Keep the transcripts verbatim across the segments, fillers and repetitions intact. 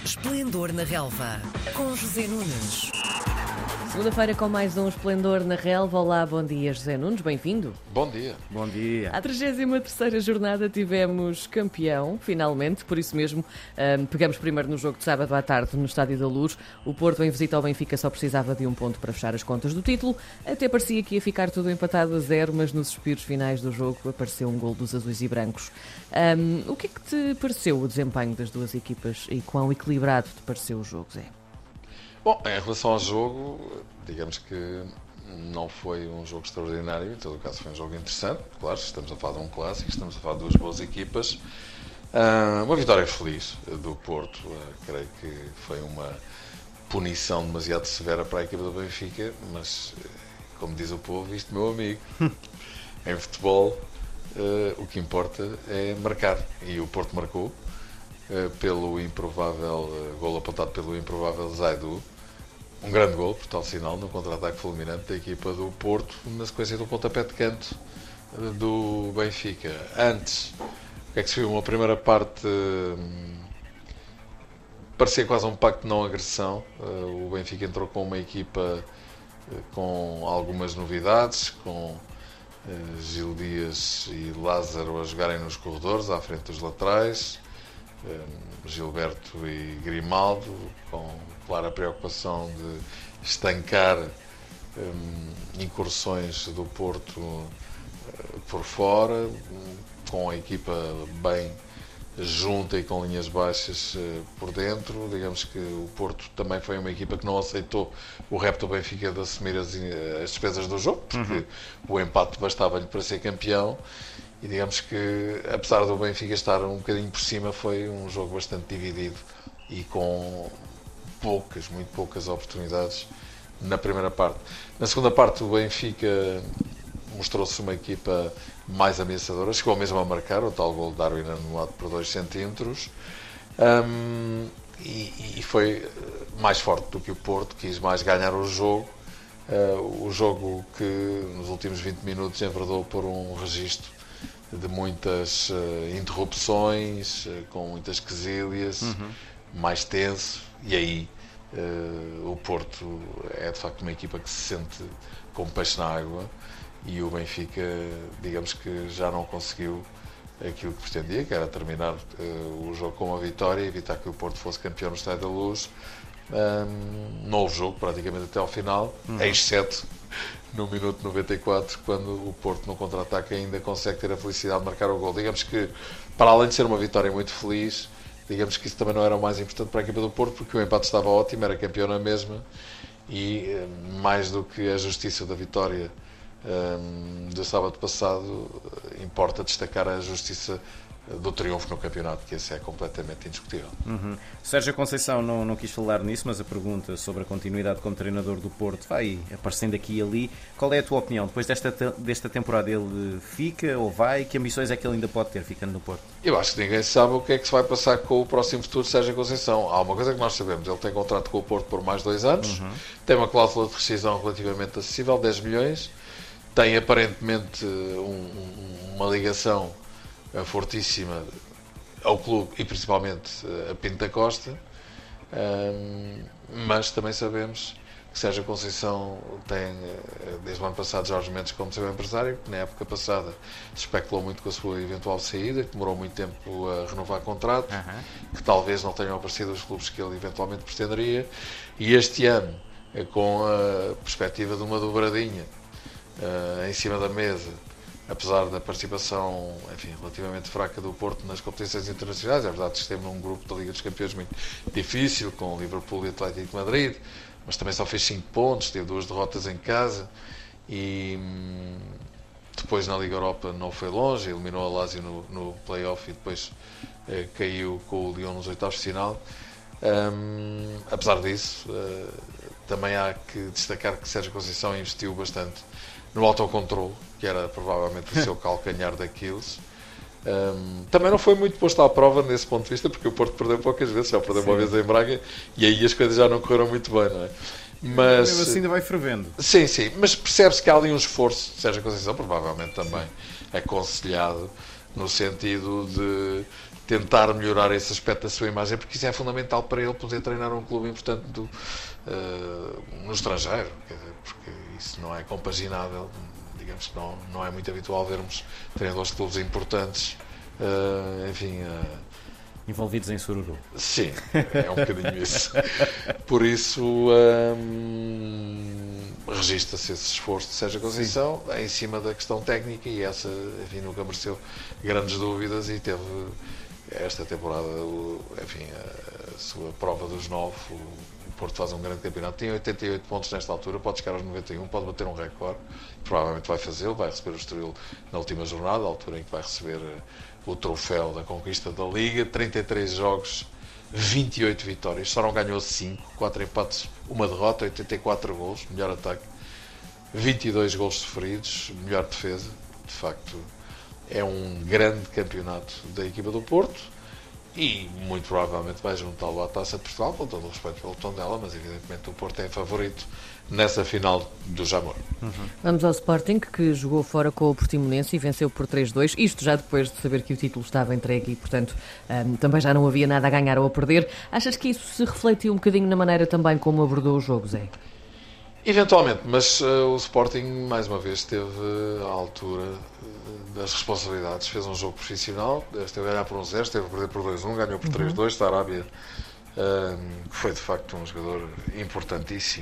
Esplendor na Relva, com José Nunes. Segunda-feira com mais um Esplendor na Relva. Olá, bom dia, José Nunes, bem-vindo. Bom dia. Bom dia. À trigésima terceira jornada tivemos campeão, finalmente, por isso mesmo um, pegamos primeiro no jogo de sábado à tarde no Estádio da Luz. O Porto, em visita ao Benfica, só precisava de um ponto para fechar as contas do título. Até parecia que ia ficar tudo empatado a zero, mas nos suspiros finais do jogo apareceu um gol dos azuis e brancos. Um, o que é que te pareceu o desempenho das duas equipas e quão equilibrado te pareceu o jogo, Zé? Bom, em relação ao jogo, digamos que não foi um jogo extraordinário, em todo o caso foi um jogo interessante, claro, estamos a falar de um clássico, estamos a falar de duas boas equipas. Uh, uma vitória feliz do Porto, uh, creio que foi uma punição demasiado severa para a equipa do Benfica, mas, como diz o povo, isto, meu amigo, em futebol uh, o que importa é marcar, e o Porto marcou uh, pelo improvável, uh, golo apontado pelo improvável Zaidu. Um grande gol, por tal sinal, no contra-ataque fulminante da equipa do Porto, na sequência do pontapé de canto do Benfica. Antes, o que é que se viu? Uma primeira parte hum, parecia quase um pacto de não agressão. Uh, o Benfica entrou com uma equipa uh, com algumas novidades, com uh, Gil Dias e Lázaro a jogarem nos corredores, à frente dos laterais, uh, Gilberto e Grimaldo, com clara preocupação de estancar um, incursões do Porto uh, por fora, um, com a equipa bem junta e com linhas baixas uh, por dentro. Digamos que o Porto também foi uma equipa que não aceitou o repto do Benfica de assumir as, as despesas do jogo, porque uhum. o empate bastava-lhe para ser campeão. E digamos que, apesar do Benfica estar um bocadinho por cima, foi um jogo bastante dividido e com poucas, muito poucas oportunidades na primeira parte. Na segunda parte, o Benfica mostrou-se uma equipa mais ameaçadora, chegou mesmo a marcar o tal gol de Darwin anulado por dois centímetros, um, e, e foi mais forte do que o Porto, quis mais ganhar o jogo, uh, o jogo que nos últimos vinte minutos enverdou por um registro de muitas uh, interrupções, uh, com muitas quesílias, uhum. mais tenso, e aí uh, o Porto é de facto uma equipa que se sente como peixe na água, e o Benfica, digamos que já não conseguiu aquilo que pretendia, que era terminar uh, o jogo com uma vitória, evitar que o Porto fosse campeão no Estádio da Luz. Um, novo jogo praticamente até ao final, uhum. exceto no minuto noventa e quatro, quando o Porto no contra-ataque ainda consegue ter a felicidade de marcar o gol. Digamos que, para além de ser uma vitória muito feliz, digamos que isso também não era o mais importante para a equipa do Porto, porque o empate estava ótimo, era campeão na mesma, e mais do que a justiça da vitória um, do sábado passado, importa destacar a justiça do triunfo no campeonato, que esse é completamente indiscutível. Uhum. Sérgio Conceição não, não quis falar nisso, mas a pergunta sobre a continuidade como treinador do Porto vai aparecendo aqui e ali. Qual é a tua opinião? Depois desta, desta temporada ele fica ou vai? Que ambições é que ele ainda pode ter ficando no Porto? Eu acho que ninguém sabe o que é que se vai passar com o próximo futuro de Sérgio Conceição. Há uma coisa que nós sabemos, ele tem contrato com o Porto por mais dois anos, uhum. tem uma cláusula de rescisão relativamente acessível, dez milhões, tem aparentemente um, uma ligação fortíssima ao clube e principalmente a Pinto da Costa, um, mas também sabemos que Sérgio Conceição tem, desde o ano passado, Jorge Mendes como seu empresário, que na época passada se especulou muito com a sua eventual saída, que demorou muito tempo a renovar contrato, uhum. que talvez não tenham aparecido os clubes que ele eventualmente pretenderia, e este ano, com a perspectiva de uma dobradinha uh, em cima da mesa, apesar da participação, enfim, relativamente fraca do Porto nas competições internacionais, é verdade que esteve num grupo da Liga dos Campeões muito difícil, com Liverpool e Atlético de Madrid, mas também só fez cinco pontos, teve duas derrotas em casa, e depois na Liga Europa não foi longe, eliminou a Lazio no, no play-off e depois eh, caiu com o Lyon nos oitavos de final. Um, apesar disso, uh, também há que destacar que Sérgio Conceição investiu bastante no autocontrole, que era provavelmente o seu calcanhar daqueles. Um, também não foi muito posto à prova nesse ponto de vista, porque o Porto perdeu poucas vezes, só perdeu sim. uma vez em Braga, e aí as coisas já não correram muito bem, não é? Mas mesmo assim ainda vai fervendo. Sim, sim, mas percebe-se que há ali um esforço, Sérgio Conceição provavelmente também sim. aconselhado, no sentido de tentar melhorar esse aspecto da sua imagem, porque isso é fundamental para ele poder treinar um clube importante do, uh, no estrangeiro, quer dizer, porque isso não é compaginável, digamos que não, não é muito habitual vermos treinadores de clubes importantes, uh, enfim... Uh, envolvidos em sururu. Sim, é um bocadinho isso. Por isso, hum, registra-se esse esforço de Sérgio Conceição em cima da questão técnica, e essa, enfim, nunca mereceu grandes dúvidas, e teve esta temporada, enfim, a sua prova dos nove. O Porto faz um grande campeonato, tem oitenta e oito pontos nesta altura, pode chegar aos noventa e um, pode bater um recorde, provavelmente vai fazê-lo, vai receber o Estoril na última jornada, a altura em que vai receber o troféu da conquista da Liga. Trinta e três jogos, vinte e oito vitórias, só não ganhou cinco, quatro empates, uma derrota, oitenta e quatro golos, melhor ataque, vinte e dois golos sofridos, melhor defesa. De facto, é um grande campeonato da equipa do Porto, e muito provavelmente vai juntá-lo à Taça de Portugal, com todo o respeito pelo tom dela, mas evidentemente o Porto é favorito nessa final do Jamor. Uhum. Vamos ao Sporting, que jogou fora com o Portimonense e venceu por três dois, isto já depois de saber que o título estava entregue e, portanto, um, também já não havia nada a ganhar ou a perder. Achas que isso se refletiu um bocadinho na maneira também como abordou o jogo, Zé? Eventualmente, mas uh, o Sporting, mais uma vez, esteve uh, à altura uh, das responsabilidades. Fez um jogo profissional, esteve a ganhar por um zero, esteve a perder por dois um, ganhou por três dois, da Arábia, uh, que foi de facto um jogador importantíssimo.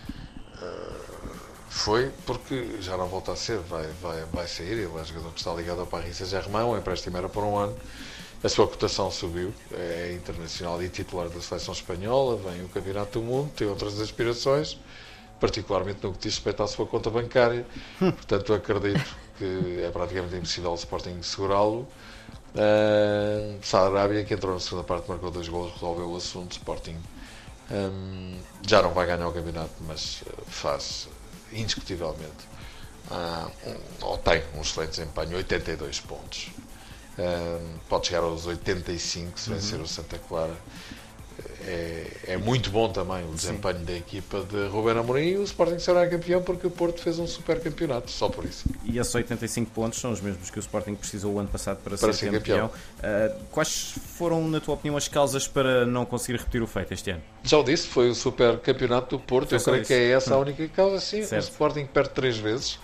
Uh, foi porque já não volta a ser, vai, vai, vai sair, ele é jogador que está ligado ao Paris Saint-Germain, o empréstimo era por um ano, a sua cotação subiu, é internacional e titular da seleção espanhola, vem o Campeonato do Mundo, tem outras aspirações, particularmente no que diz respeito à sua conta bancária. Portanto, acredito que é praticamente impossível o Sporting segurá-lo. Uh, Saad Arábia, que entrou na segunda parte, marcou dois golos, resolveu o assunto. Sporting um, já não vai ganhar o campeonato, mas faz indiscutivelmente uh, um, ou tem um excelente desempenho, oitenta e dois pontos. Uh, pode chegar aos oitenta e cinco se vencer uhum. o Santa Clara. É, é muito bom também o desempenho Sim. da equipa de Ruben Amorim, e o Sporting será campeão porque o Porto fez um super campeonato, só por isso. E esses oitenta e cinco pontos são os mesmos que o Sporting precisou o ano passado para, para ser, ser campeão. campeão. Uh, quais foram, na tua opinião, as causas para não conseguir repetir o feito este ano? Já o disse, foi o super campeonato do Porto, foi eu creio isso. que é essa a única causa, sim. Certo. O Sporting perde três vezes.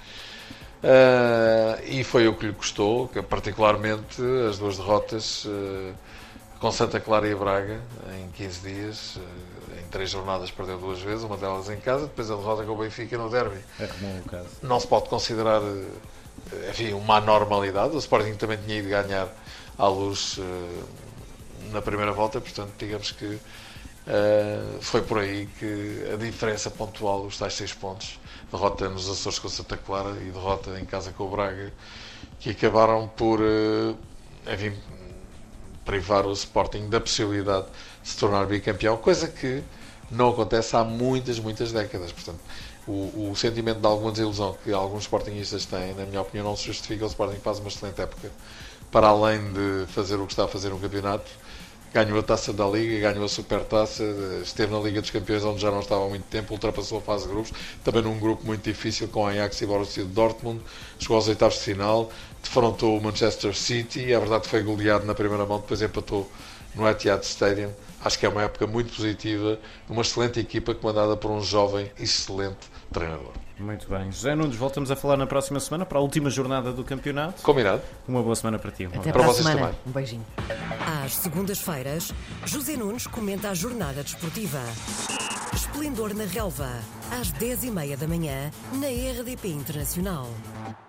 Uh, e foi o que lhe custou, que particularmente as duas derrotas uh, com Santa Clara e Braga em quinze dias, uh, em três jornadas perdeu duas vezes, uma delas em casa, depois a derrota com o Benfica no derby. Arrumou o caso. Não se pode considerar, uh, enfim, uma anormalidade. O Sporting também tinha ido ganhar à Luz uh, na primeira volta, portanto digamos que uh, foi por aí que a diferença pontual, os tais seis pontos, derrota nos Açores com Santa Clara e derrota em casa com o Braga, que acabaram por, enfim, privar o Sporting da possibilidade de se tornar bicampeão, coisa que não acontece há muitas, muitas décadas. Portanto, o, o sentimento de alguma desilusão que alguns sportingistas têm, na minha opinião, não se justifica. O Sporting faz uma excelente época, para além de fazer o que está a fazer no campeonato. Ganhou a Taça da Liga, ganhou a Supertaça, esteve na Liga dos Campeões, onde já não estava há muito tempo, ultrapassou a fase de grupos, também num grupo muito difícil com a Ajax e Borussia Dortmund, chegou aos oitavos de final, defrontou o Manchester City, é verdade que foi goleado na primeira mão, depois empatou no Etihad Stadium. Acho que é uma época muito positiva, uma excelente equipa comandada por um jovem, excelente treinador. Muito bem. José Nunes, voltamos a falar na próxima semana para a última jornada do campeonato. Combinado. Uma boa semana para ti. Um Até para, para a vocês semana. também. Um beijinho. Às segundas-feiras, José Nunes comenta a jornada desportiva. Esplendor na Relva, às dez e meia da manhã, na R D P Internacional.